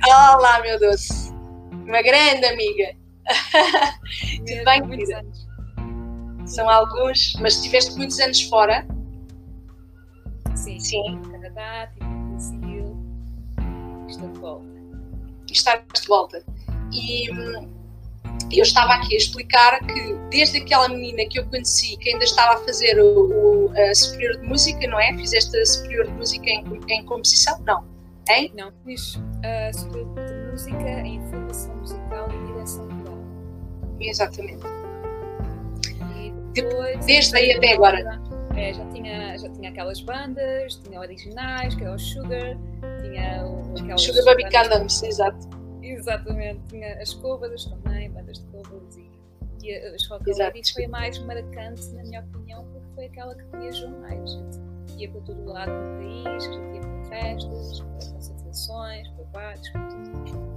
Olá, meu doce. Uma grande amiga. Tudo bem, querida? São alguns, mas tiveste muitos anos fora? Sim. Sim. No Canadá, tive no Brasil. Estou de volta. Estás de volta. E eu estava aqui a explicar que desde aquela menina que eu conheci, que ainda estava a fazer a Superior de Música, não é? Fizeste a Superior de Música em composição? Não. Hein? Não, fiz a Superior de Música em Formação Musical e Direção Coral. Exatamente. E depois, desde aí até agora. Já tinha aquelas bandas, tinha originais, que era o Sugar, tinha aquelas... Sugar Baby Condoms, exato. Exatamente, tinha as covers também, bandas de covers e as Rock Ladies foi a mais marcante, na minha opinião, porque foi aquela que viajou mais. A gente ia para todo lado do país, a gente ia para festas, para concentrações, para bares, para tudo.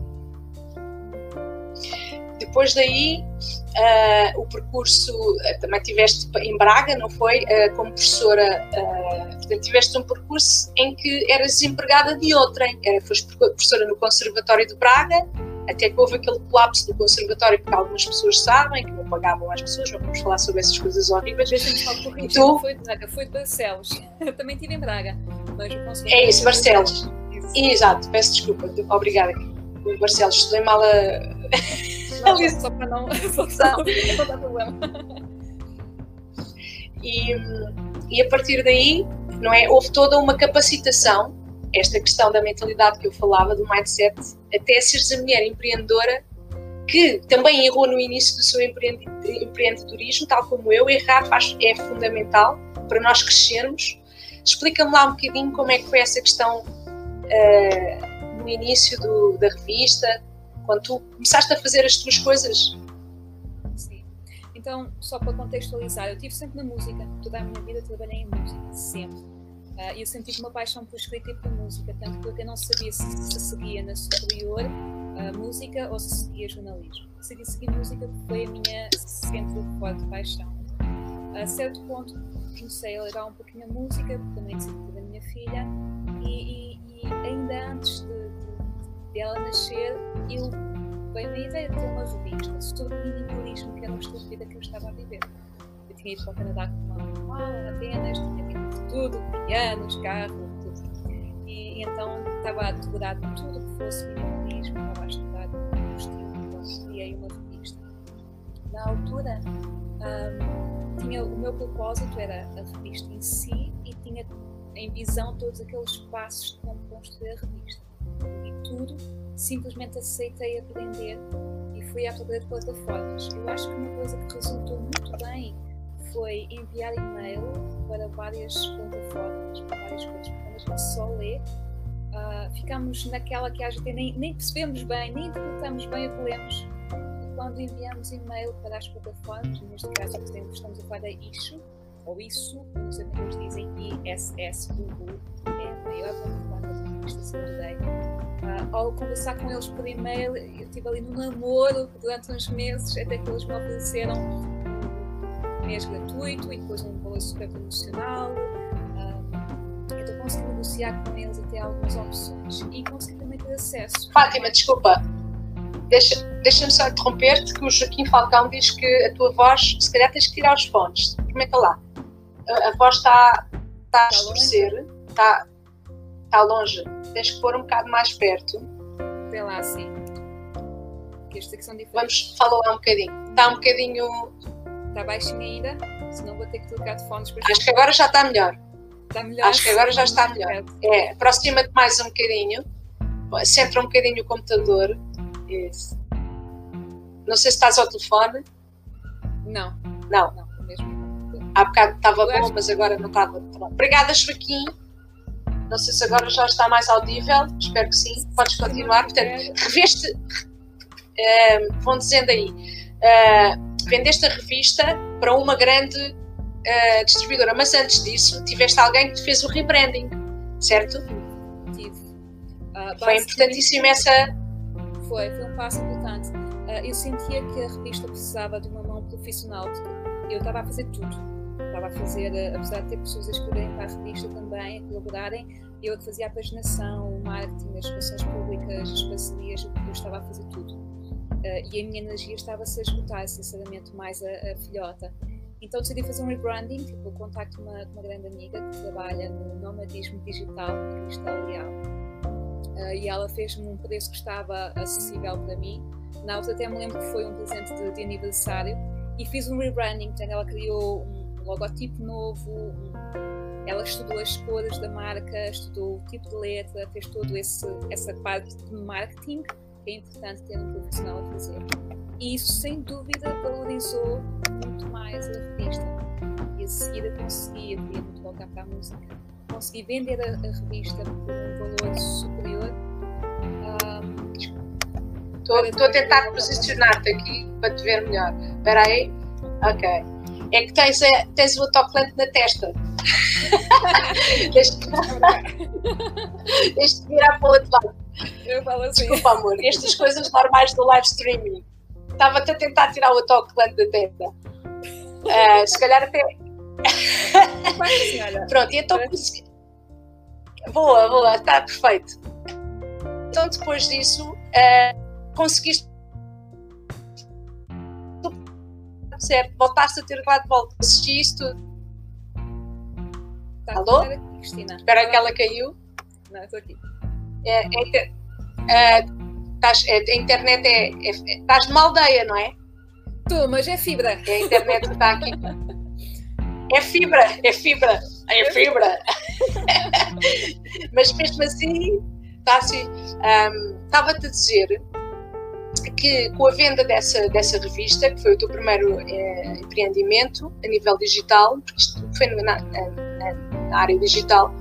Depois daí, o percurso, também tiveste em Braga, não foi? Como professora, portanto, tiveste um percurso em que eras desempregada de outrem. Foste professora no Conservatório de Braga, até que houve aquele colapso do Conservatório, porque algumas pessoas sabem que não pagavam às pessoas, não vamos falar sobre essas coisas horríveis. Deixa-me só corrigir, não foi de Braga, foi de Barcelos. Eu também estive em Braga, mas o Conservatório... É isso, Barcelos. Exato, peço desculpa, obrigada. O Barcelos, estudei mal a... Só para não dar problema. E a partir daí, não é, houve toda uma capacitação, esta questão da mentalidade que eu falava, do mindset, até seres a mulher empreendedora que também errou no início do seu empreendedorismo, tal como eu. Errar é fundamental para nós crescermos. Explica-me lá um bocadinho como é que foi essa questão no início da revista, quando tu começaste a fazer as tuas coisas. Sim. Então, só para contextualizar, eu estive sempre na música. Toda a minha vida trabalhei em música, sempre. Eu sempre tive uma paixão por escrita e por música, tanto porque eu não sabia se seguia na superior música ou se seguia jornalismo. Decidi seguir música porque foi a minha sempre forte paixão. A certo ponto comecei a levar um pouquinho a música, porque também decidi da minha filha, e ainda antes dela nascer, veio a ideia de ter uma revista sobre o minimalismo, que era um estilo de vida que eu estava a viver. Eu tinha ido para o Canadá com uma mala, Atenas, tinha vindo de tudo, pianos, carro, tudo. E então estava a decorar tudo que fosse minimalismo, estava a estudar o estilo, então criei uma revista. Na altura, o meu propósito era a revista em si e tinha em visão todos aqueles passos de como construir a revista. E tudo, simplesmente aceitei aprender e fui à procura de plataformas. Eu acho que uma coisa que resultou muito bem foi enviar e-mail para várias plataformas, para várias coisas, porque quando a gente só lê, ficamos naquela que a gente nem percebemos bem, nem interpretamos bem o que lemos. E quando enviamos e-mail para as plataformas, neste caso estamos a falar da Issuu, ou Issuu, não sei como eles dizem, ISSUU, é a maior plataforma de revista Saturday. Ao conversar com eles por e-mail, eu estive ali no namoro durante uns meses, até que eles me ofereceram um mês gratuito e depois um valor super promocional. Então consegui negociar com eles até algumas opções e consegui também ter acesso. Fátima, desculpa, deixa-me só interromper-te, que o Joaquim Falcão diz que a tua voz, se calhar tens que tirar os fones. Comenta lá. A voz está a distorcer, está longe. Tens que pôr um bocado mais perto. Vê lá assim. Que estes aqui são diferentes. Vamos falar lá um bocadinho. Está um bocadinho... Está baixinho ainda? Senão vou ter que trocar de fones. Acho que agora já está melhor. Está melhor? Acho que agora já está melhor. Aproxima-te mais um bocadinho. Centra um bocadinho o computador. Isso. Não sei se estás ao telefone. Não. Não. Mesmo. Há bocado estava bom, mas agora não estava. Obrigada, Joaquim. Não sei se agora já está mais audível. Espero que sim. Podes continuar. Portanto, reveste... vão dizendo aí. Vendeste a revista para uma grande distribuidora. Mas antes disso, tiveste alguém que te fez o rebranding. Certo? Tive. Foi importantíssimo essa... Foi um passo importante. Eu sentia que a revista precisava de uma mão profissional, porque eu estava a fazer tudo. Estava a fazer, apesar de ter pessoas a escreverem para a revista também, a colaborarem, Eu que fazia a paginação, o marketing, as relações públicas, as parcerias, eu estava a fazer tudo. E a minha energia estava-se a esgotar, sinceramente, mais a filhota. Então decidi fazer um rebranding, tipo, eu contacto uma grande amiga que trabalha no nomadismo digital, a Cristal Leal, e ela fez-me um preço que estava acessível para mim. Na altura até me lembro que foi um presente de aniversário, e fiz um rebranding, portanto ela criou um logotipo novo, ela estudou as cores da marca, estudou o tipo de letra, fez toda essa parte de marketing, que é importante ter um profissional a fazer. E isso, sem dúvida, valorizou muito mais a revista. E a seguir eu queria muito voltar para a música, consegui vender a revista por um valor superior. Estou a tentar posicionar-te aqui para te ver melhor. Espera aí. Ok. É que tens o autocolante na testa. Deixa-te virar para o outro lado. Eu falo assim. Desculpa, amor. Estas coisas normais do live streaming. Estava-te a tentar tirar o autocolante da testa. Se calhar até... Pronto, e então consegui... Boa, está perfeito. Então depois disso, conseguiste... Certo, voltaste a ter lá de volta. Assisti isso tudo. Tá, alô? Aqui, Cristina. Espera que ela caiu. Não, estou aqui. A internet estás numa aldeia, não é? Estou, mas é fibra. É a internet que está aqui. É fibra. Mas mesmo assim, está assim. Estava-te a dizer que com a venda dessa revista, que foi o teu primeiro empreendimento a nível digital, porque isto foi na área digital,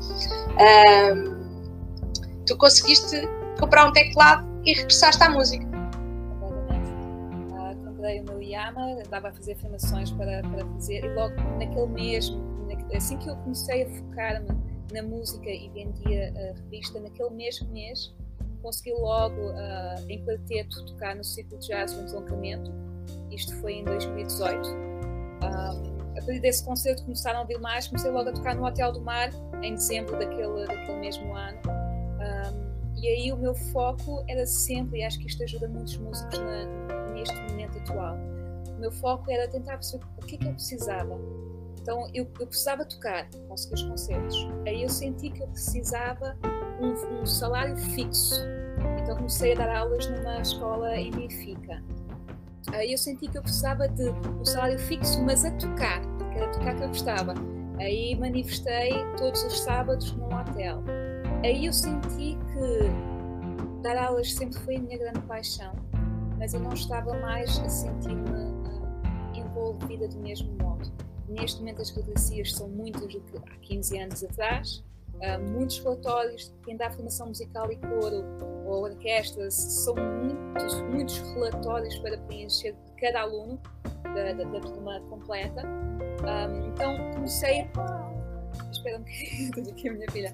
tu conseguiste comprar um teclado e regressaste à música. Exatamente. Comprei o meu Yamaha, andava a fazer formações para fazer, e logo naquele mesmo, assim que eu comecei a focar-me na música e vendia a revista, naquele mesmo mês, consegui logo, em quarteto, tocar no ciclo de jazz do Entroncamento. Isto foi em 2018. A partir desse concerto começaram a ouvir mais, comecei logo a tocar no Hotel do Mar, em dezembro daquele mesmo ano. E aí o meu foco era sempre, e acho que isto ajuda muitos músicos neste momento atual, o meu foco era tentar perceber o que é que eu precisava. Então eu precisava tocar, conseguir os concertos. Aí eu senti que eu precisava um salário fixo. Então comecei a dar aulas numa escola em Benfica. Aí eu senti que eu precisava de um salário fixo, mas a tocar, porque era tocar que eu gostava. Aí manifestei todos os sábados num hotel. Aí eu senti que dar aulas sempre foi a minha grande paixão, mas eu não estava mais a sentir-me envolvida do mesmo modo. Neste momento as regracias são muitas do que há 15 anos atrás. Muitos relatórios de quem dá formação musical e coro ou orquestra, são muitos relatórios para preencher de cada aluno da turma completa. Então comecei espera-me que tenho aqui a minha filha.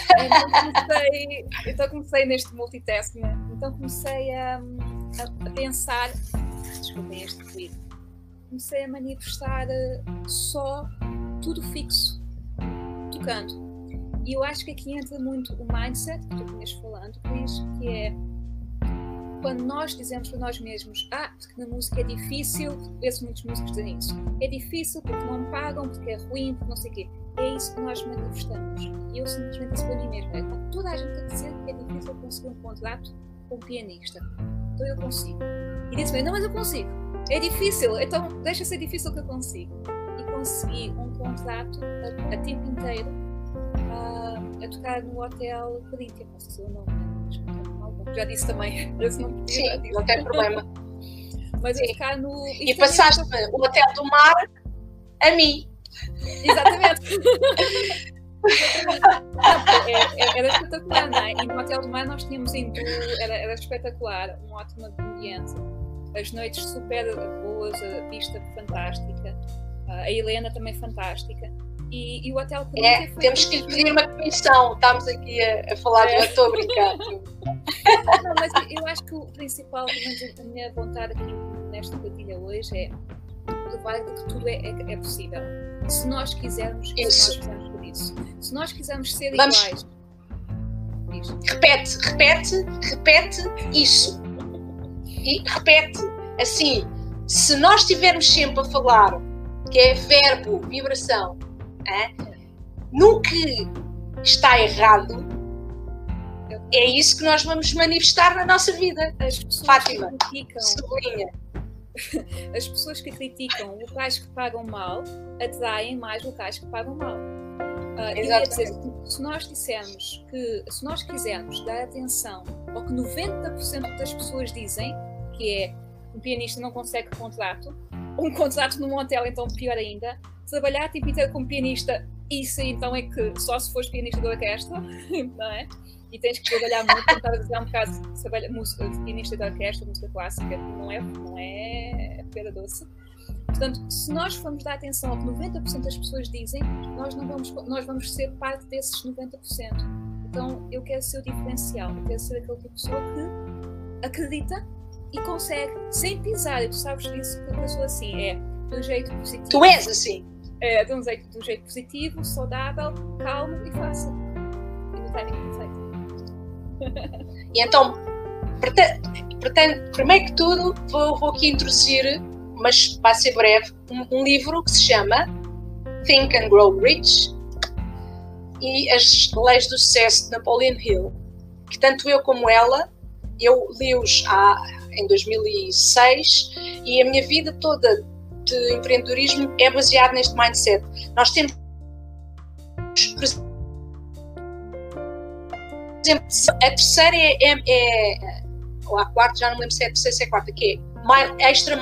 Então comecei neste multitasking, então comecei a pensar, desculpem este ruído, comecei a manifestar só tudo fixo, tocando. E eu acho que aqui entra muito o mindset que tu vinhas falando, Cris, que é quando nós dizemos para nós mesmos, porque na música é difícil, vejo muitos músicos dizem isso, é difícil porque não me pagam, porque é ruim, porque não sei o quê. É isso que nós manifestamos. E eu simplesmente disse para mim mesma, toda a gente a dizer que é difícil conseguir um contrato com um pianista. Então eu consigo. E disse-me, não, mas eu consigo. É difícil, então deixa ser difícil que eu consigo. E consegui um contrato a tempo inteiro a tocar no Hotel Corinthians, posso dizer o nome, já disse também. Sim, não tem problema. Mas a tocar no... E passaste o Hotel do Mar a mim. Exatamente. Era espetacular, não é? E no Hotel do Mar nós tínhamos era espetacular, um ótimo ambiente, as noites super boas, a vista fantástica, a Helena também fantástica. E o Hotel Corinthians foi... Temos que lhe pedir uma comissão, estamos aqui a falar, eu estou a brincar. Não, mas eu acho que o principal, pelo menos a minha vontade aqui nesta partilha hoje é provar que tudo é possível. Se nós quisermos, se nós fizermos por isso. Se nós quisermos ser iguais, Diz. Repete isso. E repete. Assim, se nós estivermos sempre a falar, que é verbo, vibração, no que está errado, é isso que nós vamos manifestar na nossa vida. As pessoas Fátima, que criticam, sublinha. as pessoas que criticam locais que pagam mal atraem mais locais que pagam mal. Dizer, se nós quisermos dar atenção ao que 90% das pessoas dizem, que é um pianista não consegue contrato, um contrato num hotel, então pior ainda, trabalhar tipo inteiro como pianista, isso então é que só se fores pianista de orquestra, não é? E tens que trabalhar muito, tentar fazer um bocado de música, de pianista de orquestra, música clássica, não é pedra doce. Portanto, se nós formos dar atenção ao que 90% das pessoas dizem, nós vamos ser parte desses 90%. Então, eu quero ser o diferencial, eu quero ser aquele tipo de pessoa que acredita e consegue, sem pisar. E tu sabes disso, porque eu sou assim, de um jeito positivo. Tu és assim? De um jeito positivo, saudável, calmo e fácil. E no timing perfeito. E então, portanto, primeiro que tudo, vou aqui introduzir, mas vai ser breve, um livro que se chama Think and Grow Rich e as Leis do Sucesso de Napoleon Hill, que tanto eu como ela, eu li-os em 2006 e a minha vida toda de empreendedorismo é baseada neste mindset. Nós temos, por exemplo, a terceira ou a quarta, já não me lembro se é a terceira ou se é a quarta, que é extra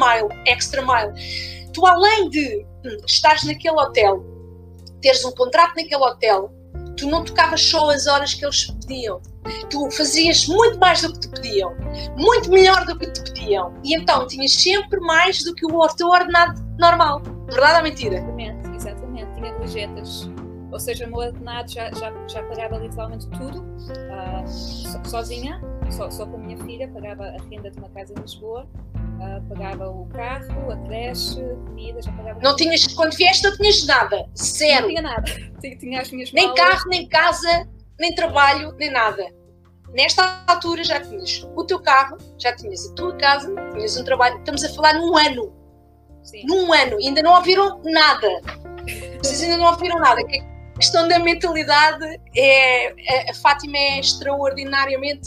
mile. Tu, além de estares naquele hotel, teres um contrato naquele hotel, tu não tocavas só as horas que eles pediam. Tu fazias muito mais do que te pediam, muito melhor do que te pediam, e então tinhas sempre mais do que o teu ordenado normal. Verdade ou mentira? Exatamente. Tinha gorjetas. Ou seja, o meu ordenado já pagava literalmente tudo, sozinha, só com a minha filha, pagava a renda de uma casa em Lisboa, pagava o carro, a creche, comida, já pagava... Não tinhas, quando vieste não tinhas nada, zero. Não tinha nada, tinha as minhas nem malas. Carro, nem casa, nem trabalho, nem nada. Nesta altura já tinhas o teu carro, já tinhas a tua casa, tinhas um trabalho, estamos a falar num ano. Sim. Num ano, ainda não ouviram nada. Vocês ainda não ouviram nada. A questão da mentalidade a Fátima é extraordinariamente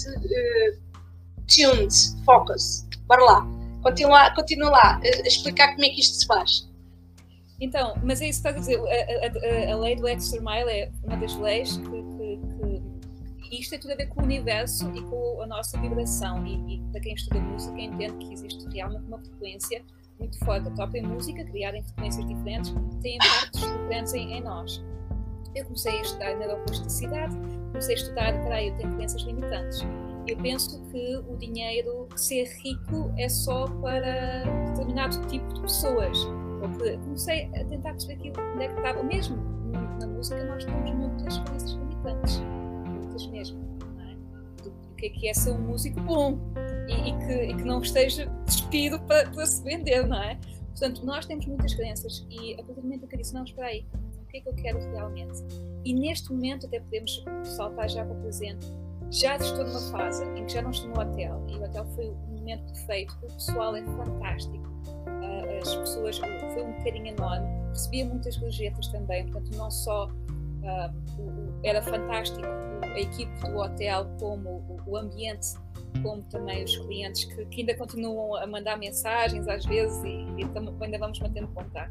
tuned, focus. Bora lá, continua lá a explicar como é que isto se faz. Então, mas é isso que estás a dizer, a lei do extra mile é uma das leis que isto tem tudo a ver com o universo e com a nossa vibração, e para quem estuda música entende que existe realmente uma frequência muito forte. A própria música, criada em frequências diferentes, tem impactos diferentes em nós. Eu comecei a estudar neuroplasticidade, comecei a estudar, eu tenho crenças limitantes. Eu penso que o dinheiro, ser rico, é só para determinado tipo de pessoas. Porque comecei a tentar perceber aquilo onde é que estava. Mesmo na música nós temos muitas crenças limitantes. Muitas mesmo. Não é? O que é ser um músico bom e que não esteja despido para se vender, não é? Portanto, nós temos muitas crenças e a partir do momento que eu disse, não, espera aí, o que é que eu quero realmente? E neste momento até podemos saltar já para o presente. Já estou numa fase em que já não estou no hotel e o hotel foi um momento perfeito, o pessoal é fantástico, as pessoas, foi um carinho enorme, recebia muitas gorjetas também, portanto não só era fantástico a equipe do hotel, como o ambiente, como também os clientes que ainda continuam a mandar mensagens às vezes e ainda vamos mantendo contato.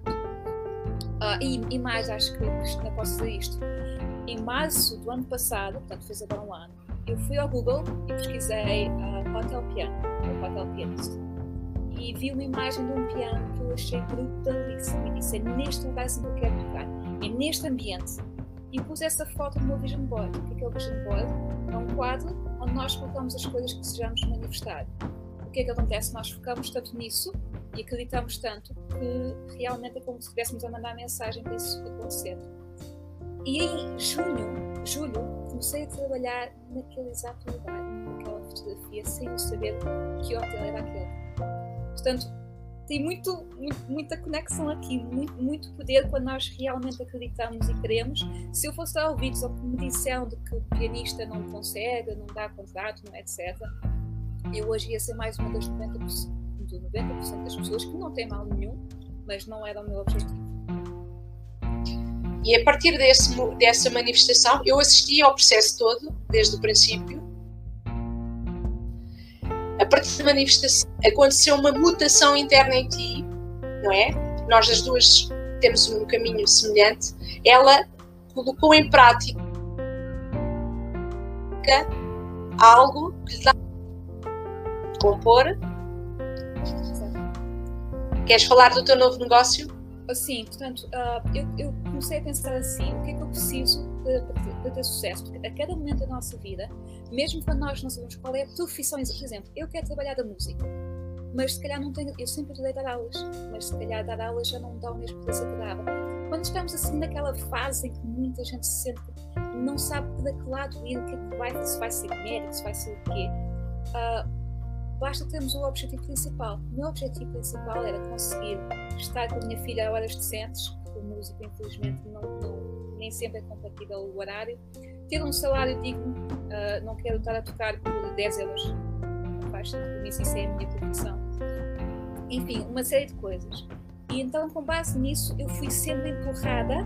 E mais, acho que ainda posso dizer isto. Em março do ano passado, portanto fez agora um ano, eu fui ao Google e pesquisei Hotel Piano, ou Hotel Pianist, e vi uma imagem de um piano que eu achei brutalíssimo e disse, é neste lugar assim que eu quero tocar, é neste ambiente. E pus essa foto no meu vision board. O que é o vision board? É um quadro onde nós colocamos as coisas que desejamos manifestar. O que é que acontece? Nós focamos tanto nisso e acreditamos tanto que realmente é como se estivéssemos a mandar mensagem para isso acontecer. E em julho, comecei a trabalhar naquele exato lugar, naquela fotografia, sem eu saber que hotel era aquele. Portanto, tem muita conexão aqui, muito poder quando nós realmente acreditamos e queremos. Se eu fosse dar ouvidos ao que me disseram de que o pianista não consegue, não dá contrato, não é, etc., eu hoje ia ser mais uma das 90% das pessoas que não tem mal nenhum, mas não era o meu objetivo. E a partir dessa manifestação, eu assisti ao processo todo, desde o princípio. A partir da manifestação, aconteceu uma mutação interna em ti, não é? Nós as duas temos um caminho semelhante. Ela colocou em prática algo que lhe dá a compor. Queres falar do teu novo negócio? Sim, portanto, eu comecei a pensar assim, o que é que eu preciso para ter sucesso? Porque a cada momento da nossa vida, mesmo quando nós não sabemos qual é a profissão, por exemplo, eu quero trabalhar da música, mas se calhar não tenho, eu sempre adorei dar aulas, mas se calhar dar aulas já não me dá o mesmo prazer que dava. Quando estamos assim naquela fase em que muita gente se sente que não sabe para que lado ir, o que é que vai, se vai ser médico, se vai ser o quê, basta termos o objetivo principal. O meu objetivo principal era conseguir estar com a minha filha a horas decentes, porque o músico, infelizmente, nem sempre é compatível o horário. Ter um salário digno, não quero estar a tocar por 10 euros na faixa, por mim isso é a minha profissão. Enfim, uma série de coisas. E então, com base nisso, eu fui sendo empurrada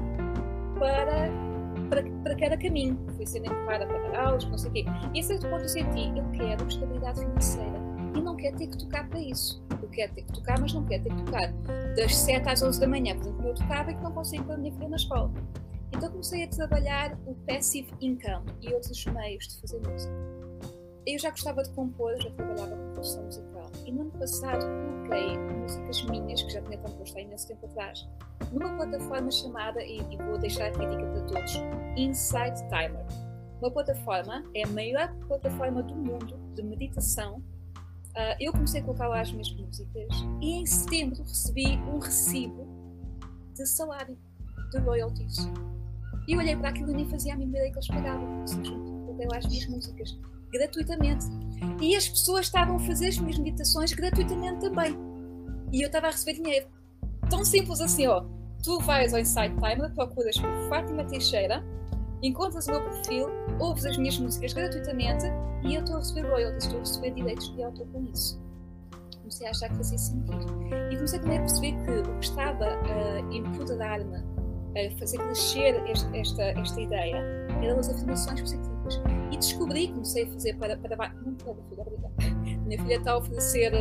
para cada caminho. Fui sendo empurrada para dar aulas, não sei o quê. E a certo ponto eu senti, eu quero estabilidade financeira. E não quero ter que tocar para isso. Eu quero ter que tocar, mas não quero ter que tocar das 7 às 11 da manhã, por exemplo, eu tocava e que não consigo pôr a minha filha na escola. Então comecei a trabalhar o passive income e outros meios de fazer música. Eu já gostava de compor, já trabalhava com produção musical. E no ano passado coloquei músicas minhas, que já tinha composto há imenso tempo atrás, numa plataforma chamada, e vou deixar aqui a dica para todos, Insight Timer. Uma plataforma, é a maior plataforma do mundo de meditação. Eu comecei a colocar lá as minhas músicas e em setembro recebi um recibo de salário, de royalties. E eu olhei para aquilo e nem fazia a mínima ideia que eles pagavam. Simplesmente coloquei lá as minhas músicas gratuitamente. E as pessoas estavam a fazer as minhas meditações gratuitamente também. E eu estava a receber dinheiro. Tão simples assim, ó. Tu vais ao Insight Timer, procuras por Fátima Teixeira, encontras o meu perfil, ouves as minhas músicas gratuitamente e eu estou a receber royalties, estou a receber direitos de autor com isso. Comecei a achar que fazia sentido. E comecei também a perceber que o que estava a empoderar-me, a fazer crescer esta ideia, eram as afirmações positivas. E descobri, comecei a fazer para não para a filha, obrigada. Minha filha está a oferecer.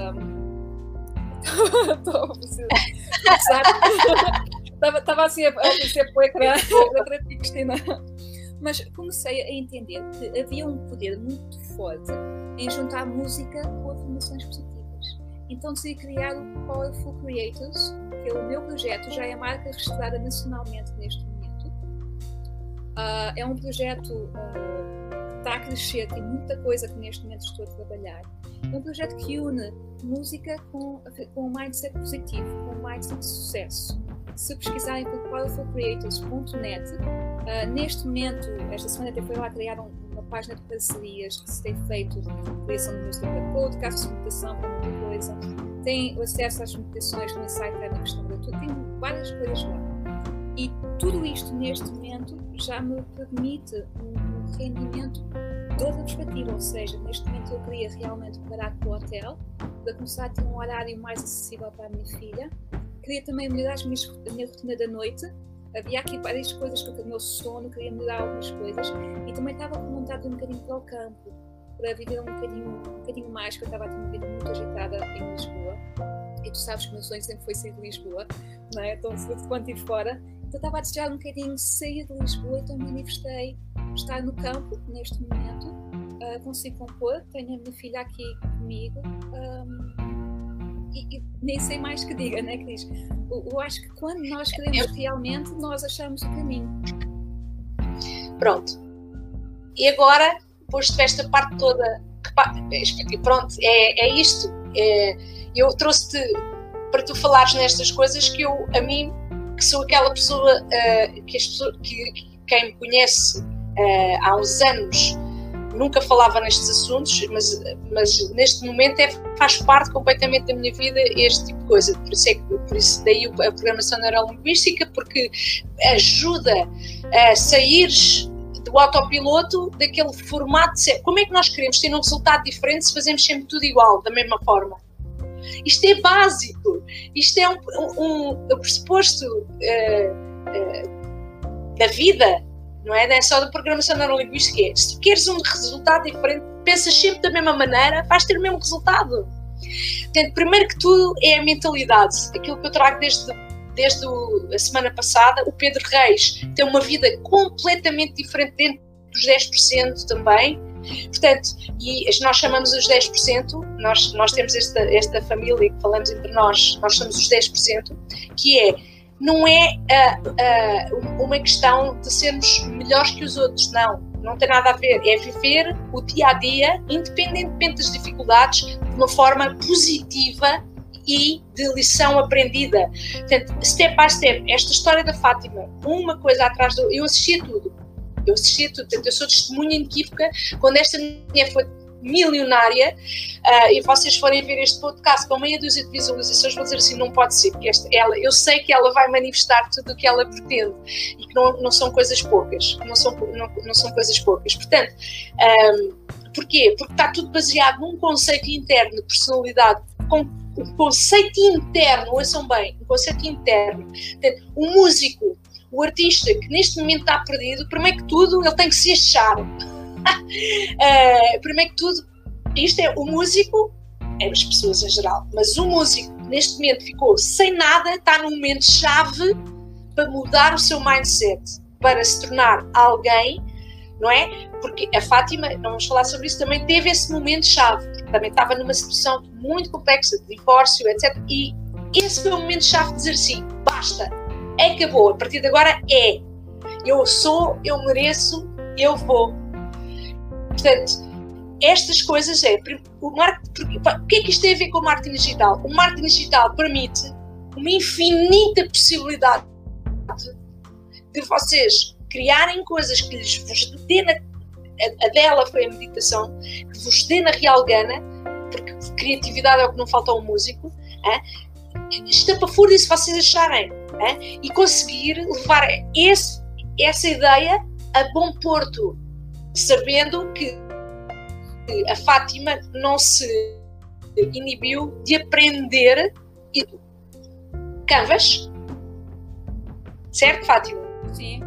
Estou a oferecer. Estava assim a oferecer para o ecrã para ti, Cristina. Mas comecei a entender que havia um poder muito forte em juntar música com afirmações positivas. Então decidi criar o Powerful Creators, que é o meu projeto, já é a marca registrada nacionalmente neste momento. É um projeto que está a crescer, tem muita coisa que neste momento estou a trabalhar. É um projeto que une música com um mindset positivo, com um mindset de sucesso. Se pesquisarem por powerfulcreators.net, neste momento, esta semana até foi lá criar uma página de parcerias que se tem feito criação de música para podcasts, meditação, para muita coisa. Tem acesso às meditações no Insight Timer, questão gratuita, tem várias coisas lá. E tudo isto neste momento já me permite um rendimento de outra perspectiva, ou seja, neste momento eu queria realmente parar com o hotel, para começar a ter um horário mais acessível para a minha filha. Queria também melhorar a minha rotina da noite. Havia aqui várias coisas com o meu sono, queria melhorar algumas coisas. E também estava com vontade um bocadinho para o campo, para viver um bocadinho mais, porque eu estava a ter uma vida muito agitada em Lisboa. E tu sabes que o meu sonho sempre foi sair de Lisboa, não é? Então, quando estive fora, então estava a desejar um bocadinho sair de Lisboa, então me manifestei estar no campo, neste momento. Consigo compor, tenho a minha filha aqui comigo. E nem sei mais que diga, né, Cris? Eu acho que quando nós queremos realmente, nós achamos o caminho. Pronto. E agora, depois de esta parte toda, pronto, é isto. Eu trouxe-te para tu falares nestas coisas que a mim, que sou aquela pessoa, que quem me conhece há uns anos, nunca falava nestes assuntos, mas neste momento faz parte completamente da minha vida este tipo de coisa. Por isso daí a programação neurolinguística, porque ajuda a saíres do autopiloto, daquele formato de ser. Como é que nós queremos ter um resultado diferente se fazemos sempre tudo igual, da mesma forma? Isto é básico, isto é um pressuposto da vida, não é só da programação neurolinguística. Se tu queres um resultado diferente, pensas sempre da mesma maneira, vais ter o mesmo resultado. Portanto, primeiro que tudo é a mentalidade, aquilo que eu trago desde a semana passada. O Pedro Reis tem uma vida completamente diferente dentro dos 10% também. Portanto, e nós chamamos os 10%, nós temos esta família que falamos entre nós somos os 10%, que não é uma questão de sermos melhores que os outros, não tem nada a ver, é viver o dia-a-dia, independentemente das dificuldades, de uma forma positiva e de lição aprendida. Portanto, step by step, esta história da Fátima, uma coisa atrás da outra, eu assistia tudo, portanto, eu sou testemunha inequívoca. Quando esta mulher foi milionária, e vocês forem ver este podcast com meia dúzia de visualizações, vão dizer assim, não pode ser, porque eu sei que ela vai manifestar tudo o que ela pretende, e que não são coisas poucas, não são coisas poucas. Portanto, porquê? Porque está tudo baseado num conceito interno de personalidade, com um conceito interno, ouçam bem, um conceito interno. Portanto, o músico, o artista que neste momento está perdido, primeiro que tudo, ele tem que se achar. Primeiro que tudo, isto é o músico, as pessoas em geral, mas o músico neste momento ficou sem nada, está num momento-chave para mudar o seu mindset, para se tornar alguém, não é? Porque a Fátima, não vamos falar sobre isso, também teve esse momento-chave, porque também estava numa situação muito complexa, de divórcio, etc. E esse foi o momento-chave de dizer assim, basta, acabou, a partir de agora eu mereço, eu vou. Portanto, estas coisas o que é que isto tem a ver com o marketing digital? O marketing digital permite uma infinita possibilidade de vocês criarem coisas que vos dê a dela foi a meditação, que vos dê na real gana, porque criatividade é o que não falta ao músico, estapafúrdia se vocês acharem, e conseguir levar essa ideia a bom porto, sabendo que a Fátima não se inibiu de aprender Canvas, certo, Fátima? Sim.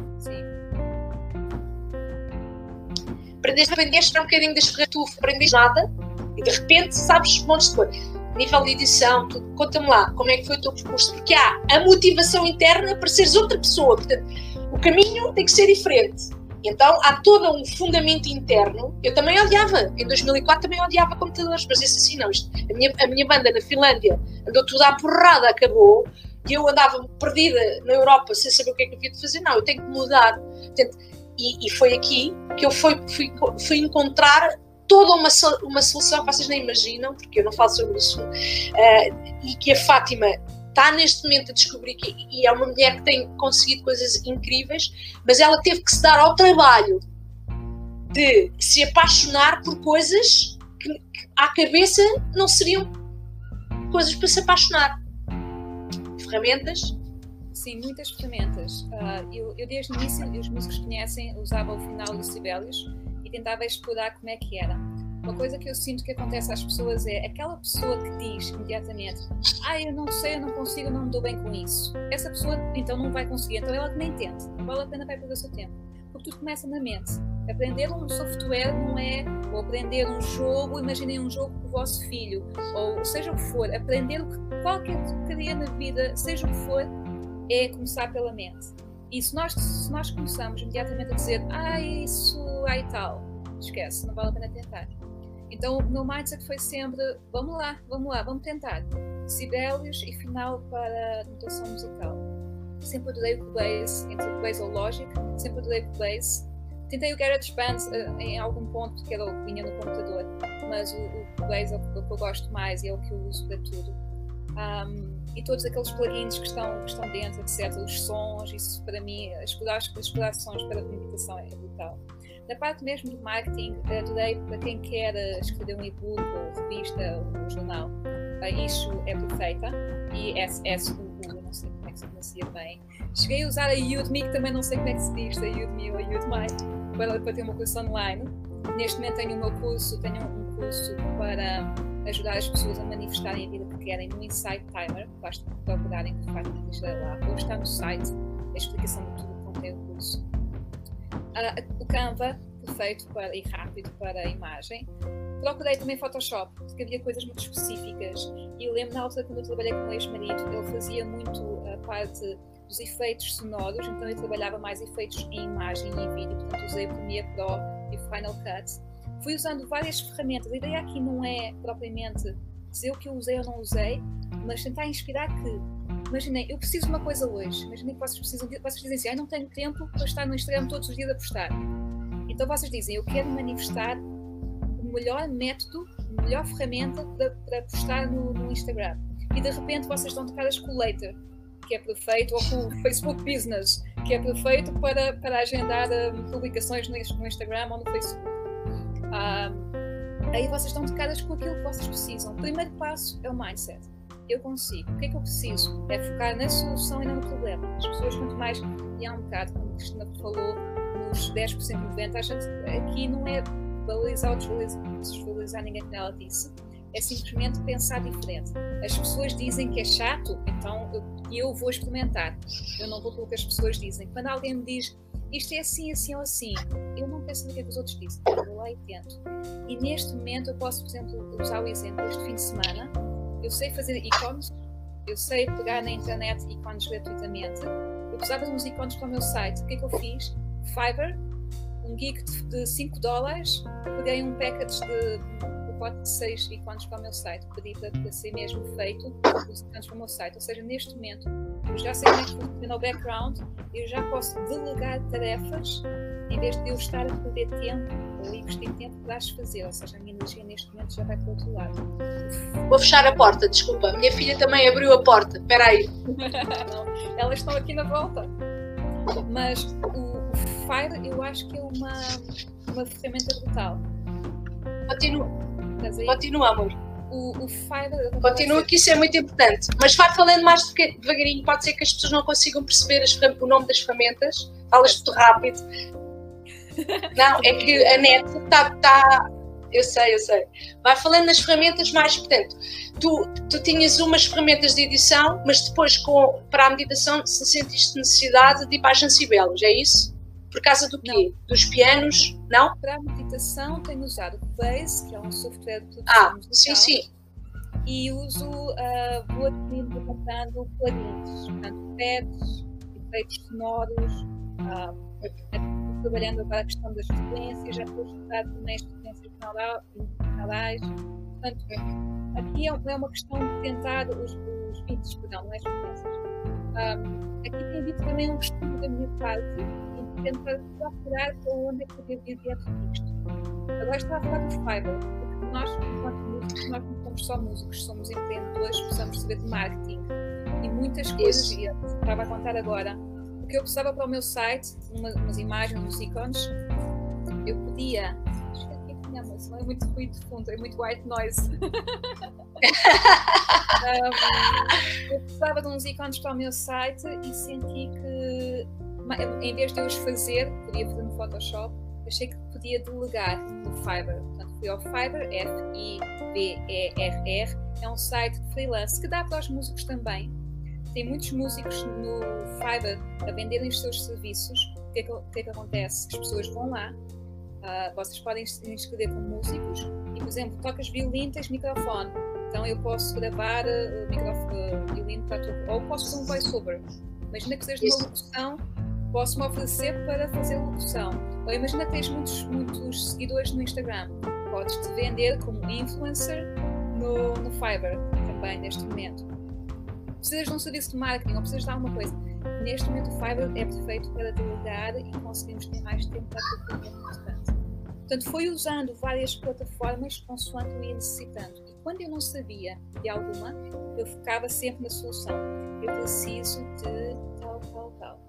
Aprendeste um bocadinho das ferramentas, aprendeste nada e de repente sabes montes de coisa. Nível de edição, conta-me lá como é que foi o teu percurso, porque há a motivação interna para seres outra pessoa, portanto o caminho tem que ser diferente. Então há todo um fundamento interno. Eu também odiava, em 2004 também odiava computadores, mas disse assim, não, a minha banda na Finlândia andou tudo à porrada, acabou, e eu andava perdida na Europa sem saber o que é que havia de fazer, não, eu tenho que mudar. Portanto, e foi aqui que eu fui encontrar toda uma solução que vocês nem imaginam, porque eu não falo sobre isso, e que a Fátima está neste momento a descobrir e é uma mulher que tem conseguido coisas incríveis, mas ela teve que se dar ao trabalho de se apaixonar por coisas que à cabeça não seriam coisas para se apaixonar. Ferramentas? Sim, muitas ferramentas. Eu desde o início, os músicos que conhecem, usava o final dos Sibelius e tentava explorar como é que era. Uma coisa que eu sinto que acontece às pessoas é aquela pessoa que diz imediatamente eu não sei, eu não consigo, eu não me dou bem com isso. Essa pessoa então não vai conseguir, então ela que nem tente, não vale a pena, vai perder o seu tempo. Porque tudo começa na mente. Aprender um software não é, ou aprender um jogo, imaginem um jogo com o vosso filho, ou seja o que for, aprender qualquer porcaria na vida, seja o que for, é começar pela mente. E se nós começamos imediatamente a dizer isso, tal, esquece, não vale a pena tentar. Então o meu mindset foi sempre, vamos lá, vamos tentar. Sibelius e final para notação musical. Sempre adorei o Cubase, entre o Cubase ou o Logic, sempre adorei o Cubase. Tentei o GarageBand em algum ponto, porque era o que vinha no computador, mas o Cubase é o que eu gosto mais e é o que eu uso para tudo. E todos aqueles plugins que estão dentro, etc., os sons, isso para mim, as explorações para a meditação é brutal. Na parte mesmo do marketing, adorei para quem quer escrever um e-book, ou revista, ou jornal. Isso é perfeita. E eu não sei como é que se pronuncia bem. Cheguei a usar a Udemy, que também não sei como é que se diz, a Udemy ou a Udemy, para ter uma curso online. Neste momento tenho um curso para ajudar as pessoas a manifestarem a vida que querem no Insight Timer. Basta procurarem que faz lá. Ou está no site a explicação de tudo que contém o curso. O Canva, perfeito e rápido para a imagem. Procurei também Photoshop, porque havia coisas muito específicas. E eu lembro na altura, quando eu trabalhei com o ex-marido, ele fazia muito a parte dos efeitos sonoros, então eu trabalhava mais efeitos em imagem e em vídeo, portanto usei o Premiere Pro e o Final Cut. Fui usando várias ferramentas. A ideia aqui não é propriamente dizer o que eu usei ou não usei, mas tentar inspirar que, imaginem, eu preciso de uma coisa hoje, imaginem que vocês dizem assim, não tenho tempo para estar no Instagram todos os dias a postar. Então vocês dizem, eu quero manifestar o melhor método, a melhor ferramenta para postar no Instagram. E de repente vocês estão tocadas com o Later, que é perfeito, ou com o Facebook Business, que é perfeito para agendar publicações no Instagram ou no Facebook. Aí vocês estão tocadas com aquilo que vocês precisam. O primeiro passo é o mindset. Eu consigo. O que é que eu preciso? É focar na solução e não no problema. As pessoas, quanto mais, e há um bocado, como a Cristina falou, nos 10%, 90%, a gente aqui não é valorizar ou desvalorizar ninguém que ela disse. É simplesmente pensar diferente. As pessoas dizem que é chato, então eu vou experimentar. Eu não vou pelo que as pessoas dizem. Quando alguém me diz isto é assim, assim ou assim, eu não penso no que é que os outros dizem. Eu vou lá e tento. E neste momento eu posso, por exemplo, usar o exemplo este fim de semana. Eu sei fazer ícones, eu sei pegar na internet ícones gratuitamente. Eu precisava de uns ícones para o meu site. O que é que eu fiz? Fiverr, um geek de $5, peguei um package de pacote de 6 ícones para o meu site. Pedi para ser mesmo feito os ícones para o meu site. Ou seja, neste momento, eu já sei como é que funciona o background, eu já posso delegar tarefas em vez de eu estar a perder tempo ou investir tempo para as fazer. Ou seja, a minha energia neste momento já vai para o outro lado. Vou fechar a porta, desculpa. A minha filha também abriu a porta. Espera aí. Não, elas estão aqui na volta. Mas o Fiverr eu acho que é uma ferramenta brutal. Continua, amor. O Fiverr... Continua, que isso é muito importante. Mas vai falando mais devagarinho. Pode ser que as pessoas não consigam perceber o nome das ferramentas. Falas muito rápido. Não, é que a net está... Eu sei. Vai falando nas ferramentas mais, portanto, tu tinhas umas ferramentas de edição, mas depois para a meditação se sentiste necessidade de ir para as sensibelas, é isso? Por causa do quê? Não. Dos pianos? Não? Para a meditação tenho usado o Base, que é um software de produção musical. Sim. E uso vou adquirindo comprando plugins, portanto, pads, efeitos sonoros, trabalhando agora a questão das frequências, já estou a estudar também as frequências binaurais. Portanto, aqui é uma questão de tentar os bits, perdão, não é as frequências. Aqui tem havido também um estudo da minha parte e tentar procurar para onde é que eu devo ir diante disto. Agora estava a falar do Fiverr, porque nós, enquanto músicos, nós não somos só músicos, somos empreendedores, precisamos saber de marketing e muitas coisas. E eu estava a contar agora. O que eu precisava para o meu site, umas imagens, uns ícones, eu podia. Acho que aqui tinha música, não é muito ruído de fundo, é muito white noise. Eu precisava de uns ícones para o meu site e senti que, em vez de eu os fazer, podia fazer no Photoshop, achei que podia delegar no Fiverr. Portanto, fui ao Fiverr, Fiverr, é um site de freelance que dá para os músicos também. Tem muitos músicos no Fiverr a venderem os seus serviços. O que é que acontece? As pessoas vão lá, vocês podem se inscrever como músicos e, por exemplo, tocas violino, tens microfone. Então eu posso gravar violino para tu, ou posso fazer um voice-over. Imagina que seja uma locução, posso-me oferecer para fazer locução. Ou imagina que tens muitos seguidores no Instagram. Podes-te vender como influencer no Fiverr também, neste momento. Precisas de um serviço de marketing ou precisas de alguma coisa. Neste momento o Fiverr é perfeito para delegar e conseguimos ter mais tempo para aquilo que é importante. Portanto, foi usando várias plataformas consoante eu ia necessitando. E quando eu não sabia de alguma, eu focava sempre na solução. Eu preciso de tal. E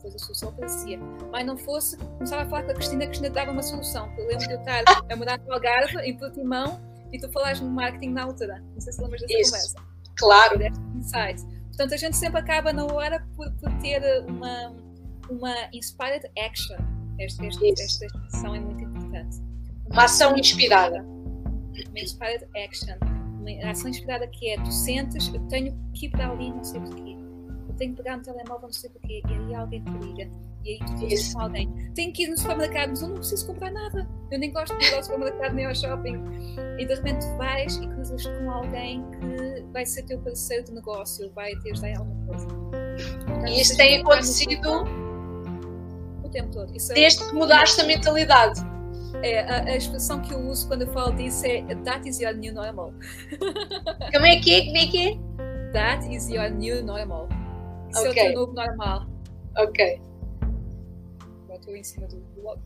depois a solução aparecia. Mas não fosse, começava a falar com a Cristina dava uma solução. Eu lembro de eu estar a mudar para o Algarve, em Portimão, e tu falaste no marketing na altura. Não sei se lembras dessa conversa. Claro. Insight. Portanto, a gente sempre acaba na hora por ter uma inspired action. Esta expressão é muito importante. Uma ação inspirada. Uma inspired action. Uma ação inspirada que é, tu sentes, eu tenho que ir para ali, não sei porquê. Eu tenho que pegar no telemóvel, não sei porquê. E aí alguém te liga. E aí tu dizes com alguém. Tenho que ir no supermercado, mas eu não preciso comprar nada. Eu nem gosto de ir ao supermercado nem ao shopping. E de repente vais e cruzas com alguém que vai ser teu parceiro de negócio, vai te ajudar em alguma coisa. Portanto, e isso tem acontecido o tempo todo. Isso desde que mudaste a mentalidade. A expressão que eu uso quando eu falo disso é that is your new normal. Como é que é? That is your new normal. Isso é o teu novo normal. Ok. Agora estou em cima do blog.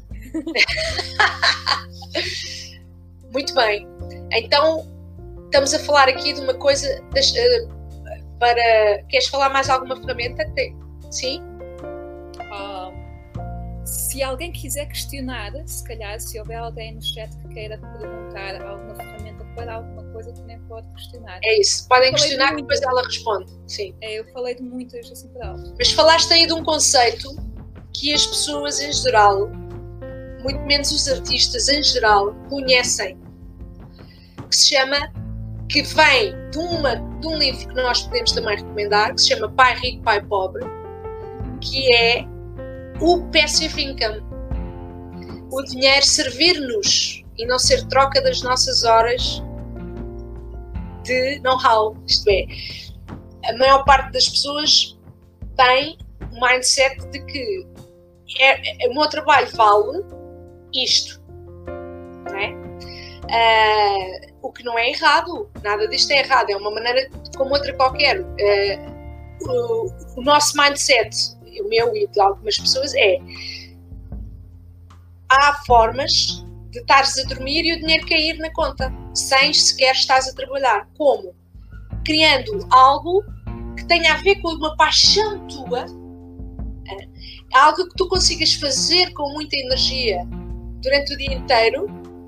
Muito bem. Então, estamos a falar aqui de uma coisa Queres falar mais alguma ferramenta? Sim? Se alguém quiser questionar, se calhar, se houver alguém no chat que queira perguntar alguma ferramenta para alguma coisa, também pode questionar. É isso. Podem questionar que depois ela responde. Sim. Eu falei de muitas assim para alto. Mas falaste aí de um conceito que as pessoas em geral, muito menos os artistas em geral, conhecem. Que vem de um livro que nós podemos também recomendar, que se chama Pai Rico, Pai Pobre, que é o passive income. O dinheiro servir-nos e não ser troca das nossas horas de know-how. Isto é, a maior parte das pessoas tem o mindset de que o meu trabalho vale isto, não é? O que não é errado, nada disto é errado, é uma maneira como outra qualquer. O nosso mindset, o meu e de algumas pessoas, há formas de estares a dormir e o dinheiro cair na conta, sem sequer estares a trabalhar. Como? Criando algo que tenha a ver com uma paixão tua, algo que tu consigas fazer com muita energia durante o dia inteiro,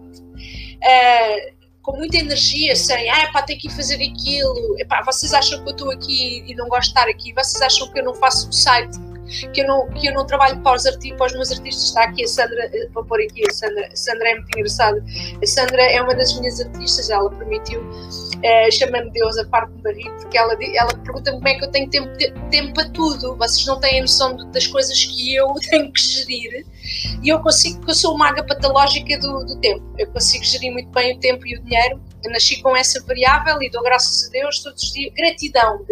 com muita energia, sem tenho que ir fazer aquilo, vocês acham que eu estou aqui e não gosto de estar aqui, vocês acham que eu não faço o site, que eu não trabalho para os meus artistas. Está aqui a Sandra, vou pôr aqui a Sandra é muito engraçada. A Sandra é uma das minhas artistas, ela permitiu, chama-me Deus, a parte-me da rir, porque ela pergunta-me como é que eu tenho tempo para tudo. Vocês não têm a noção das coisas que eu tenho que gerir, e eu consigo, porque eu sou uma maga patológica do tempo. Eu consigo gerir muito bem o tempo e o dinheiro. Eu nasci com essa variável e dou graças a Deus todos os dias. Gratidão.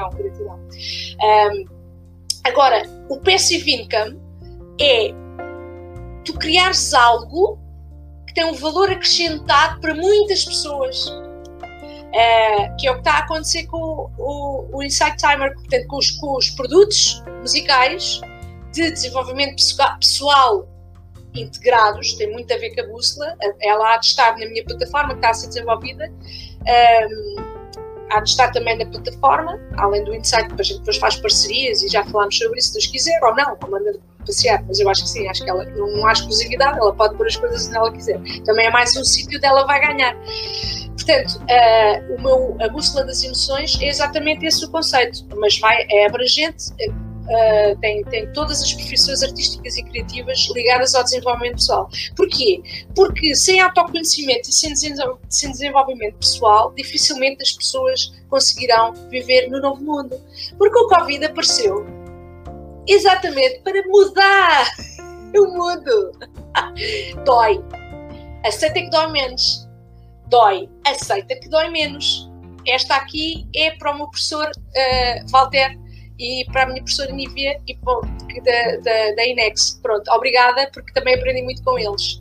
Agora, o passive income é tu criares algo que tem um valor acrescentado para muitas pessoas, que é o que está a acontecer com o Insight Timer, portanto, com os produtos musicais de desenvolvimento pessoal integrados. Tem muito a ver com a bússola. Ela há de estar na minha plataforma, que está a ser desenvolvida. Há de estar também na plataforma, além do Insight, a gente depois faz parcerias e já falámos sobre isso, se Deus quiser, ou não, ou manda passear, mas eu acho que sim, acho que ela não há exclusividade, ela pode pôr as coisas onde ela quiser. Também é mais um sítio onde ela vai ganhar. Portanto, a bússola das emoções é exatamente esse o conceito, mas é abrangente, tem todas as profissões artísticas e criativas ligadas ao desenvolvimento pessoal. Porquê? Porque sem autoconhecimento e sem desenvolvimento pessoal, dificilmente as pessoas conseguirão viver no novo mundo. Porque o Covid apareceu exatamente para mudar o mundo. Dói. Aceita que dói menos. Dói. Aceita que dói menos. Esta aqui é para o meu professor Walter e para a minha professora Nívia e da Inex. Pronto, obrigada, porque também aprendi muito com eles.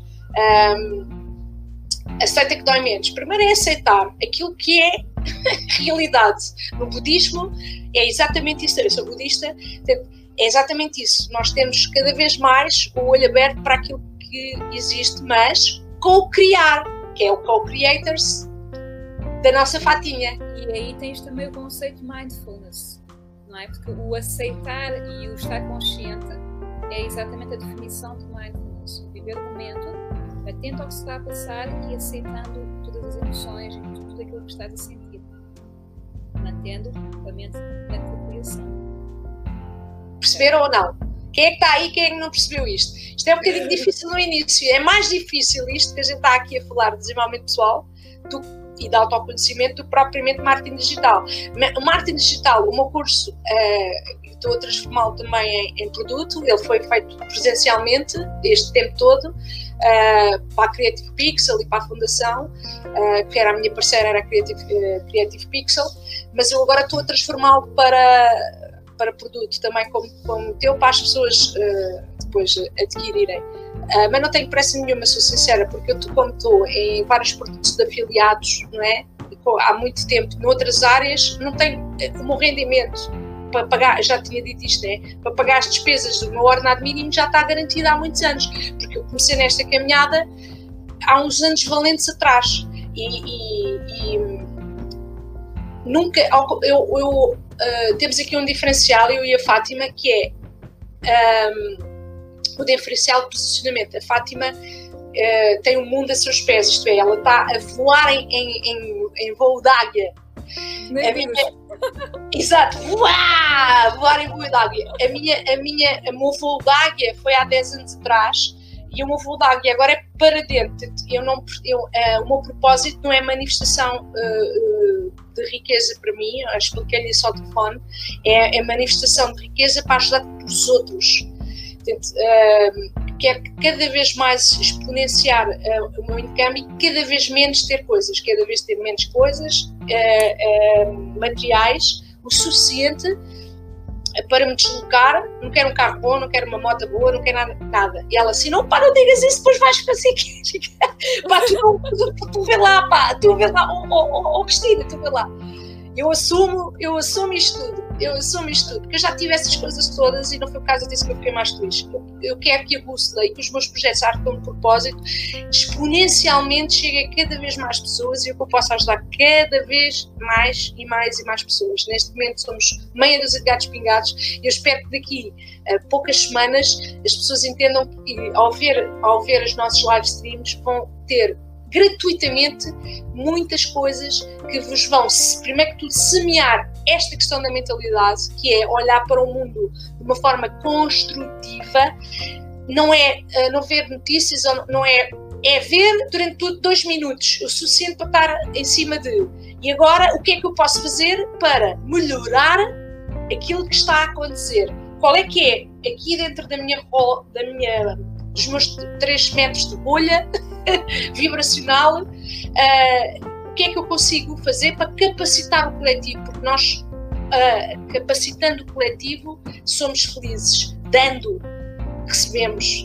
Aceita que dói menos. Primeiro é aceitar aquilo que é realidade. No budismo é exatamente isso. Eu sou budista, é exatamente isso. Nós temos cada vez mais o olho aberto para aquilo que existe, mas co-criar, que é o co-creators da nossa fatinha. E aí tens também o conceito de mindfulness. Não é? Porque o aceitar e o estar consciente é exatamente a definição de mindfulness. Viver o momento, atento ao que se está a passar e aceitando todas as emoções e tudo aquilo que estás a sentir. Mantendo a mente na criação. Perceberam ou não? Quem é que está aí, quem é que não percebeu isto? Isto é um bocadinho difícil no início. É mais difícil isto que a gente está aqui a falar de desenvolvimento pessoal e de autoconhecimento do que propriamente marketing digital. O marketing digital, o meu curso, estou a transformá-lo também em produto. Ele foi feito presencialmente este tempo todo para a Creative Pixel e para a Fundação, que era a minha parceira, era a Creative Pixel, mas eu agora estou a transformá-lo para produto também como o teu, para as pessoas depois adquirirem. Mas não tenho pressa nenhuma, sou sincera, porque eu como estou em vários produtos de afiliados, não é? Há muito tempo, noutras áreas, não tenho o meu rendimento para pagar, já tinha dito isto, né? Para pagar as despesas do meu ordenado mínimo já está garantido há muitos anos, porque eu comecei nesta caminhada há uns anos valentes atrás e nunca, temos aqui um diferencial, eu e a Fátima, que é o diferencial de posicionamento. A Fátima tem o mundo a seus pés, isto é, ela está a voar em voo de águia. Exato, voar em voo de águia. O meu voo de águia foi há 10 anos atrás e o meu voo de águia agora é para dentro. O meu propósito não é manifestação de riqueza para mim, expliquei-lhe isso ao telefone, é manifestação de riqueza para ajudar os outros. Portanto, quero cada vez mais exponenciar o meu income e cada vez menos ter coisas, cada vez ter menos coisas materiais, o suficiente para me deslocar. Não quero um carro bom, não quero uma moto boa, não quero nada. E ela assim, não digas isso, depois vais fazer pá, tu vê lá, Cristina, tu vê lá. Eu assumo isto tudo, porque eu já tive essas coisas todas e não foi por causa disso que eu fiquei mais feliz. Eu quero que a bússola e que os meus projetos arcam de propósito exponencialmente cheguem a cada vez mais pessoas e eu possa ajudar cada vez mais e mais pessoas. Neste momento somos meia dúzia de gatos pingados e eu espero que daqui a poucas semanas as pessoas entendam que ao ver os nossos live streams vão ter gratuitamente muitas coisas que vos vão, primeiro que tudo, semear esta questão da mentalidade, que é olhar para o mundo de uma forma construtiva, não é não ver notícias, não é ver durante 2 minutos, o suficiente para estar em cima de e agora o que é que eu posso fazer para melhorar aquilo que está a acontecer? Qual é que é aqui dentro dos meus 3 metros de bolha vibracional, o que é que eu consigo fazer para capacitar o coletivo, porque nós capacitando o coletivo somos felizes, dando recebemos,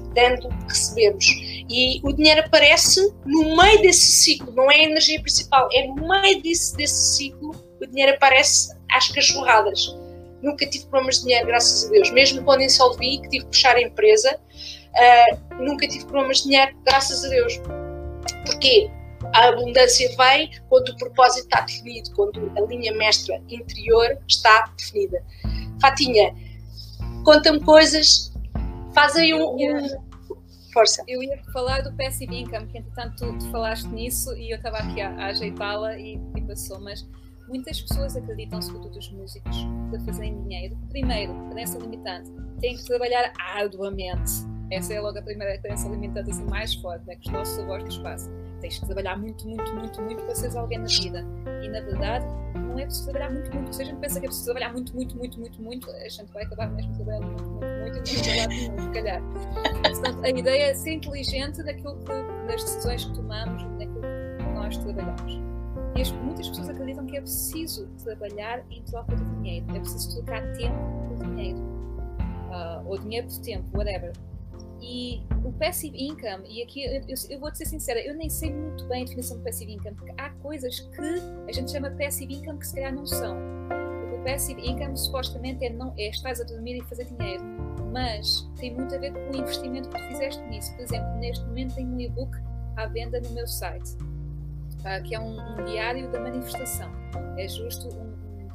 e o dinheiro aparece no meio desse ciclo, não é a energia principal, é no meio desse ciclo, o dinheiro aparece às cachorradas. Nunca tive problemas de dinheiro, graças a Deus, mesmo quando insolvi, que tive que fechar a empresa, nunca tive problemas de dinheiro, graças a Deus. Porquê? A abundância vem quando o propósito está definido, quando a linha mestra interior está definida. Fatinha, conta-me coisas, faz aí força. Eu ia falar do passive income, que entretanto tu falaste nisso e eu estava aqui a ajeitá-la e passou, mas muitas pessoas acreditam, sobretudo os músicos, que fazerem dinheiro, primeiro, crença limitante, têm que trabalhar arduamente. Essa é logo a primeira crença limitante assim, mais forte, né? Que os nossos avós nos passam. Tens que trabalhar muito para seres alguém na vida. E na verdade, não é preciso trabalhar muito. Se a gente pensa que é preciso trabalhar muito, a gente vai acabar mesmo trabalhando muito e não trabalhar muito, se calhar. Portanto, a ideia é ser inteligente nas decisões que tomamos, naquilo que nós trabalhamos. E muitas pessoas acreditam que é preciso trabalhar em troca de dinheiro. É preciso trocar tempo por dinheiro. Ou dinheiro por tempo, whatever. E o passive income, e aqui eu vou-te ser sincera, eu nem sei muito bem a definição de passive income, porque há coisas que a gente chama passive income que se calhar não são. Porque o passive income supostamente é estás a dormir e fazer dinheiro, mas tem muito a ver com o investimento que tu fizeste nisso. Por exemplo, neste momento tem um e-book à venda no meu site, que é um diário da manifestação. É justo um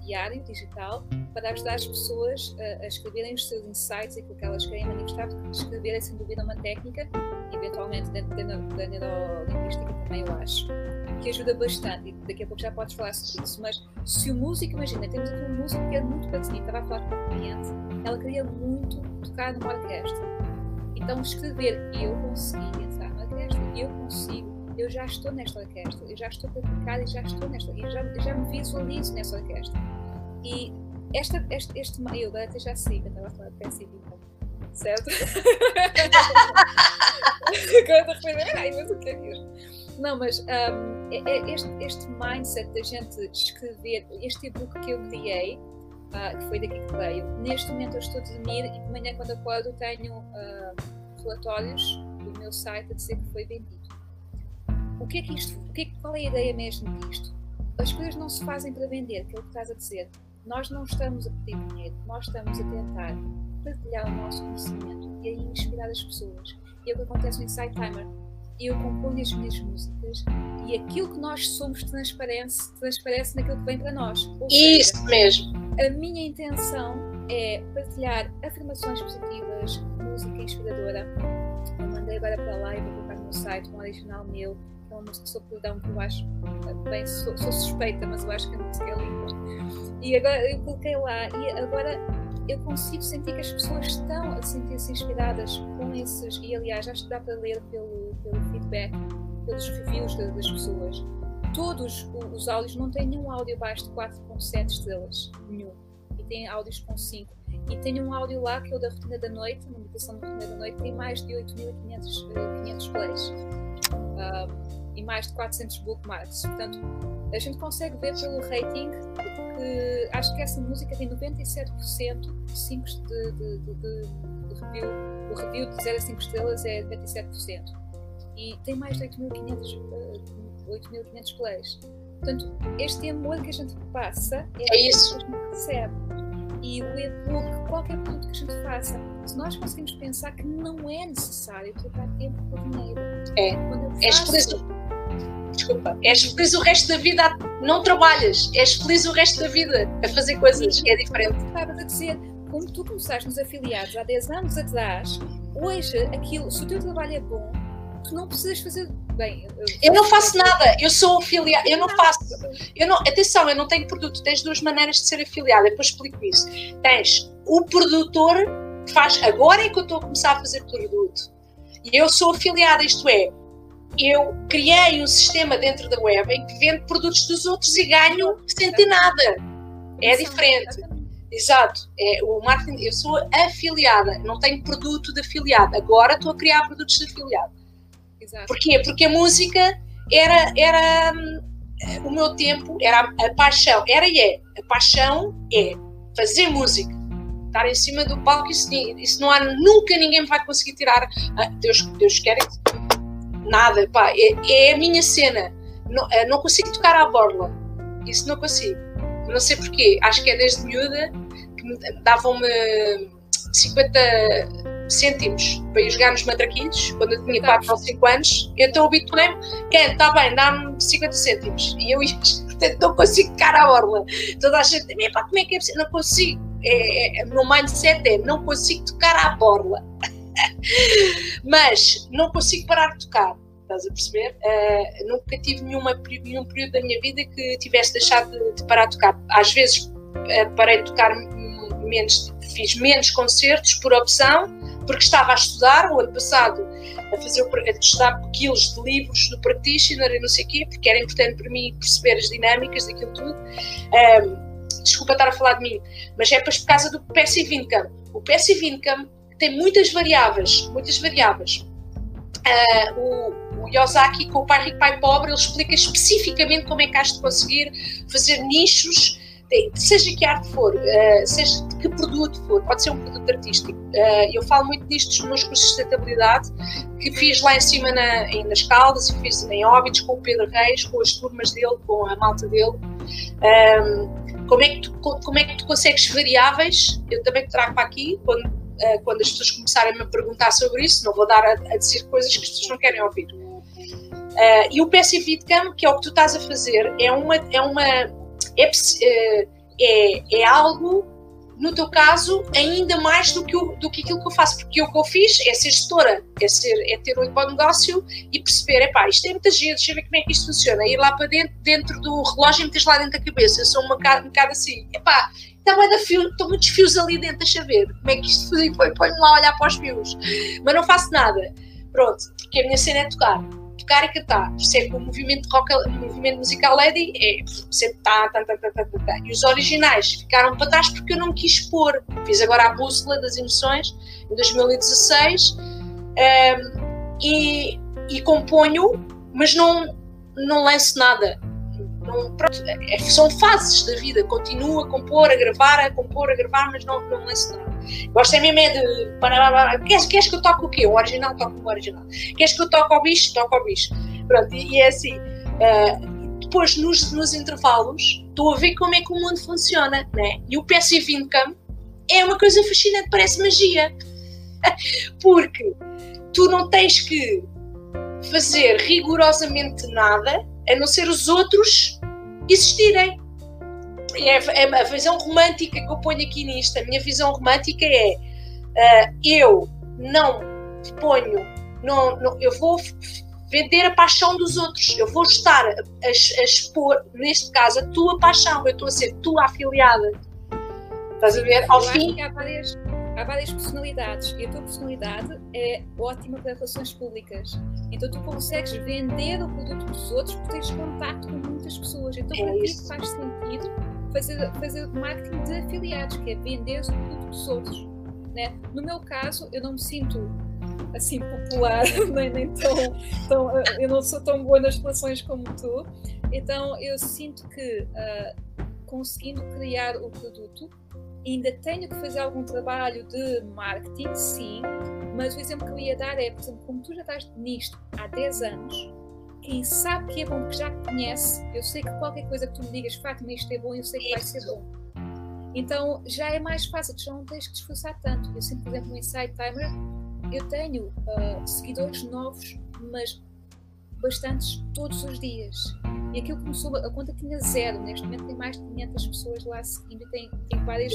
diário, digital, para ajudar as pessoas a escreverem os seus insights, aquilo que elas querem manifestar, porque escrever é sem dúvida uma técnica, eventualmente dentro da neurolinguística também eu acho, que ajuda bastante, e daqui a pouco já podes falar sobre isso, mas se o músico, imagina, temos aqui um músico que é muito patinho, estava a falar com uma cliente, ela queria muito tocar numa orquestra, então escrever, eu consegui entrar na orquestra, eu consigo, eu já estou nesta orquestra, eu já estou a praticar e já estou nesta, e já me visualizo nessa orquestra. E eu agora até já sei que eu estava a falar de PSV, certo? Agora estou a referir, mas o que é isto? Não, mas este mindset da gente escrever, este e-book que eu criei, que foi daqui que veio, neste momento eu estou a dormir e de manhã quando acordo tenho relatórios do meu site a dizer que foi vendido. Qual é a ideia mesmo disto? As coisas não se fazem para vender, que é o que estás a dizer. Nós não estamos a pedir dinheiro, nós estamos a tentar partilhar o nosso conhecimento e a inspirar as pessoas. E é o que acontece no Insight Timer. Eu componho as minhas músicas e aquilo que nós somos transparece naquilo que vem para nós. Ou Isso seja, mesmo. A minha intenção é partilhar afirmações positivas, música inspiradora. Eu mandei agora para lá e vou colocar no meu site um original meu, que é uma música sobre perdão, que eu acho bem, sou suspeita, mas eu acho que a música é linda. E agora eu coloquei lá e agora eu consigo sentir que as pessoas estão a sentir-se inspiradas com esses, e aliás acho que dá para ler pelo feedback, pelos reviews das pessoas. Todos os áudios, não tem nenhum áudio abaixo de 4.7 estrelas, nenhum, e tem áudios com 5. E tem um áudio lá que é o da rotina da noite, uma meditação da rotina da noite, tem mais de 8.500 plays e mais de 400 bookmarks. Portanto, a gente consegue ver pelo rating que acho que essa música tem 97% de review. O review de 0 a 5 estrelas é 97%. E tem mais de 8.500 plays. Portanto, este amor que a gente passa é isso que a gente recebe. E o e-book, qualquer produto que a gente faça, se nós conseguimos pensar que não é necessário trocar tempo por dinheiro. És feliz o resto da vida, não trabalhas, és feliz o resto da vida a fazer coisas, é diferente. Estavas a dizer, como tu começaste nos afiliados há 10 anos atrás, hoje, se o teu trabalho é bom, tu não precisas fazer bem. Eu não faço nada, eu sou afiliada, eu não faço. Atenção, eu não tenho produto, tens duas maneiras de ser afiliada, depois explico isso. Tens o produtor que faz, agora é que eu estou a começar a fazer produto, e eu sou afiliada, isto é, eu criei um sistema dentro da web em que vendo produtos dos outros e ganho sem ter nada. É diferente. Exato. O marketing, eu sou afiliada, não tenho produto de afiliado. Agora estou a criar produtos de afiliado. Exato. Porquê? Porque a música era o meu tempo, era a paixão. A paixão é fazer música. Estar em cima do palco, isso não há, nunca ninguém me vai conseguir tirar. Deus quer nada, pá, é a minha cena. Não consigo tocar à borla. Isso não consigo. Não sei porquê. Acho que é desde miúda que davam-me 50 cêntimos para ir jogar nos matraquilhos, quando eu tinha 4 ou 5 anos. Então habituei-me, está bem, dá-me 50 cêntimos. E eu não consigo tocar à borla. Toda a gente, pá, como é que é possível? Não consigo. O meu mindset não consigo tocar à borla. Mas não consigo parar de tocar, estás a perceber? Nunca tive nenhum período da minha vida que tivesse deixado de parar de tocar. Às vezes parei de tocar menos, fiz menos concertos por opção, porque estava a estudar o ano passado, a estudar quilos de livros do practitioner e não sei o quê, porque era importante para mim perceber as dinâmicas daquilo tudo. Desculpa estar a falar de mim, mas é por causa do passive income. O passive income tem muitas variáveis. O Kiyosaki, com o Pai Rico, Pai Pobre, ele explica especificamente como é que has de conseguir fazer nichos, seja que arte for, seja de que produto for, pode ser um produto artístico. Eu falo muito disto nos meus cursos de sustentabilidade, que fiz lá em cima nas Caldas, e fiz em Óbidos com o Pedro Reis, com as turmas dele, com a malta dele. Como é que tu consegues variáveis? Eu também trago para aqui, quando as pessoas começarem a me perguntar sobre isso, não vou dar a dizer coisas que as pessoas não querem ouvir. E o passive income, que é o que tu estás a fazer, é algo, no teu caso, ainda mais do que aquilo que eu faço, porque o que eu fiz é ser gestora, é ter olho para o negócio e perceber, isto é muita gente, deixa eu ver como é que isto funciona, ir lá para dentro do relógio e meter lá dentro da cabeça, eu sou um bocado assim, estão muitos fios ali dentro, deixa eu ver como é que isto funciona, põe-me lá a olhar para os fios, mas não faço nada, pronto, porque a minha cena é tocar e cantar, por isso é que o movimento musical Lady é sempre e os originais ficaram para trás porque eu não quis pôr. Fiz agora a bússola das emoções em 2016 e componho, mas não lanço nada. São fases da vida, continuo a compor, a gravar, mas não lanço nada. Gosto mesmo de queres que eu toque o quê? O original, toco o original. Queres que eu toque ao bicho? Toco ao bicho. Pronto, e é assim. Depois, nos intervalos, estou a ver como é que o mundo funciona, né? E o Passive Income é uma coisa fascinante, parece magia. Porque tu não tens que fazer rigorosamente nada, a não ser os outros existirem. É a visão romântica que eu ponho aqui nisto. A minha visão romântica é eu não ponho, eu vou vender a paixão dos outros, eu vou estar a expor, neste caso, a tua paixão, eu estou a ser tua afiliada. Estás a ver? Ao fim. Há várias personalidades e a tua personalidade é ótima para relações públicas. Então tu consegues vender o produto dos outros porque tens contacto com muitas pessoas. Então para ti faz sentido fazer marketing de afiliados, que é vender o produto dos outros. Né? No meu caso, eu não me sinto assim popular, nem tão eu não sou tão boa nas relações como tu. Então eu sinto que conseguindo criar o produto, ainda tenho que fazer algum trabalho de marketing, sim, mas o exemplo que eu ia dar é, por exemplo, como tu já estás nisto há 10 anos, quem sabe que é bom, porque já te conhece, eu sei que qualquer coisa que tu me digas, Fátima, isto é bom, eu sei que vai ser bom. Então já é mais fácil, tu já não tens que te esforçar tanto. Eu sempre, por exemplo, no Inside Timer, eu tenho seguidores novos, mas bastantes todos os dias. E aquilo começou, a conta tinha 0, neste momento tem mais de 500 pessoas lá seguindo e tem várias,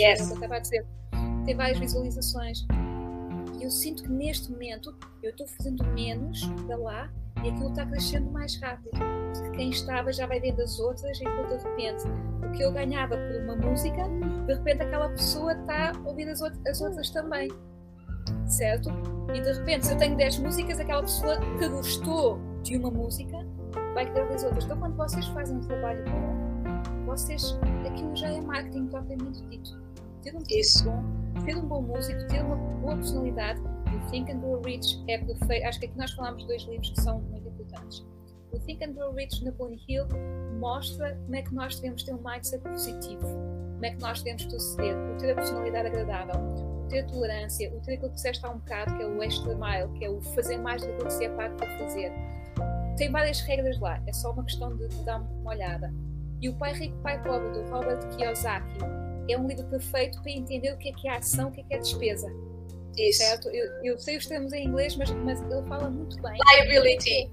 tem várias visualizações. E eu sinto que neste momento eu estou fazendo menos para lá e aquilo está crescendo mais rápido. Porque quem estava já vai vendo as outras e de repente o que eu ganhava por uma música, de repente aquela pessoa está a ouvir as outras também. Certo? E de repente se eu tenho 10 músicas, aquela pessoa que gostou de uma música vai querer as outras. Então quando vocês fazem um trabalho bom, aquilo já é marketing propriamente dito. Ter um produto bom, ter um bom músico, ter uma boa personalidade. O Think and Grow Rich é perfeito. Acho que aqui nós falámos de 2 livros que são muito importantes. O Think and Grow Rich, Napoleon Hill, mostra como é que nós devemos ter um mindset positivo, como é que nós devemos proceder, o ter a personalidade agradável, o ter tolerância, o ter aquilo que disseste há um bocado, que é o extra mile, que é o fazer mais do que se é pago para fazer. Tem várias regras lá, é só uma questão de dar uma olhada. E o Pai Rico, Pai Pobre, do Robert Kiyosaki, é um livro perfeito para entender o que é ação, o que é a despesa. Isso. Certo? Eu sei os termos em inglês, mas ele fala muito bem. Liability.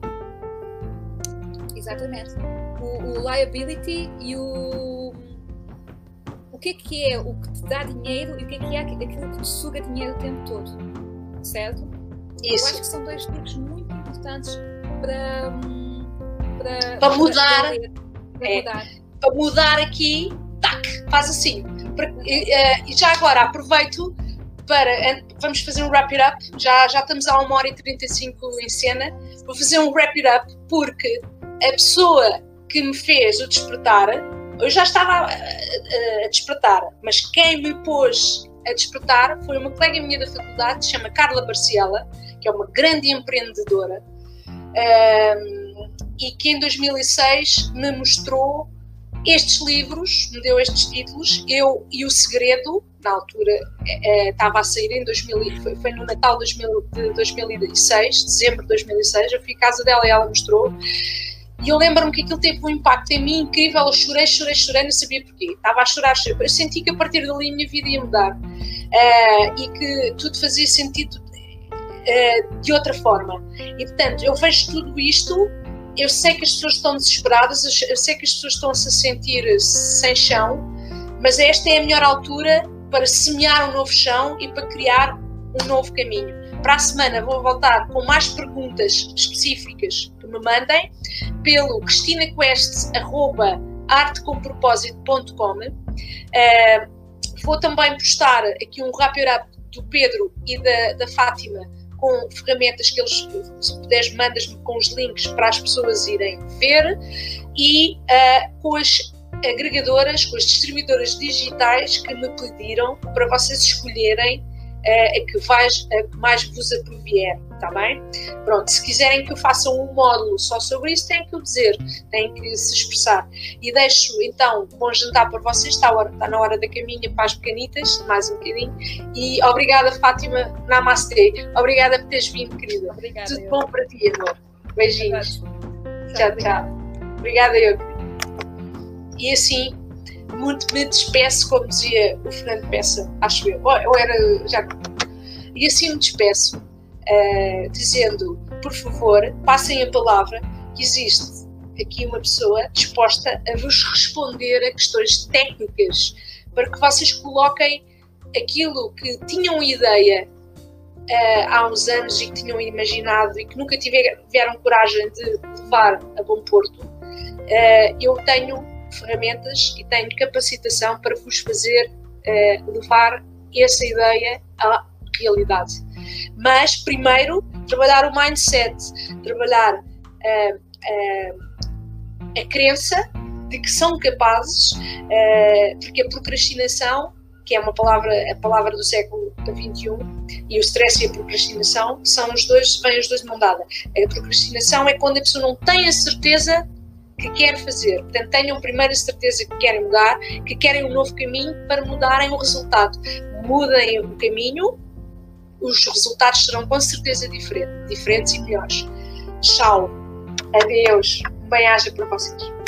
Exatamente. O liability e o que é o que te dá dinheiro e o que é aquilo que te suga dinheiro o tempo todo. Certo? Isso. Eu acho que são 2 livros muito importantes para mudar. Para mudar aqui, faz assim. E já agora aproveito vamos fazer um wrap it up. Já estamos a 1h35 em cena. Vou fazer um wrap it up porque a pessoa que me fez o despertar, eu já estava a despertar, mas quem me pôs a despertar foi uma colega minha da faculdade, que se chama Carla Barciela, que é uma grande empreendedora, e que em 2006 me mostrou estes livros, me deu estes títulos, Eu e o Segredo, na altura estava a sair em 2000, foi no Natal de 2006, dezembro de 2006, eu fui à casa dela e ela mostrou, e eu lembro-me que aquilo teve um impacto em mim incrível, eu chorei, não sabia porquê, estava a chorar, eu senti que a partir dali a minha vida ia mudar, e que tudo fazia sentido de outra forma, e portanto eu vejo tudo isto. Eu sei que as pessoas estão desesperadas, eu sei que as pessoas estão-se a sentir sem chão, mas esta é a melhor altura para semear um novo chão e para criar um novo caminho. Para a semana vou voltar com mais perguntas específicas que me mandem pelo cristinaquest@artecompropósito.com. Vou também postar aqui um wrap-up do Pedro e da Fátima com ferramentas que eles, se puderes, mandas-me com os links para as pessoas irem ver, e com as agregadoras, com as distribuidoras digitais que me pediram para vocês escolherem a que mais vos aprovier, está bem? Pronto, se quiserem que eu faça um módulo só sobre isso, têm que o dizer, têm que se expressar. E deixo, então, bom jantar para vocês, está na hora da caminha para as pequenitas, mais um bocadinho, e obrigada, Fátima, Namastê. Obrigada por teres vindo, querida. Obrigada, Tudo bom para ti, amor. Beijinhos. Tchau, tchau. Obrigada, eu. E assim, muito me despeço, como dizia o Fernando Peça, acho eu. Ou era já. E assim me despeço, dizendo, por favor, passem a palavra que existe aqui uma pessoa disposta a vos responder a questões técnicas, para que vocês coloquem aquilo que tinham ideia há uns anos e que tinham imaginado e que nunca tiveram coragem de levar a bom porto. Eu tenho ferramentas e tenho capacitação para vos fazer levar essa ideia à realidade. Mas primeiro trabalhar o mindset, trabalhar a crença de que são capazes, porque a procrastinação, que é a palavra do século XXI, e o stress e a procrastinação vêm os dois de mão dada. A procrastinação é quando a pessoa não tem a certeza que quer fazer. Portanto, tenham primeiro a certeza que querem mudar, que querem um novo caminho para mudarem o resultado. Mudem o caminho, os resultados serão com certeza diferentes e melhores. Tchau. Adeus. Bem-aja para vocês.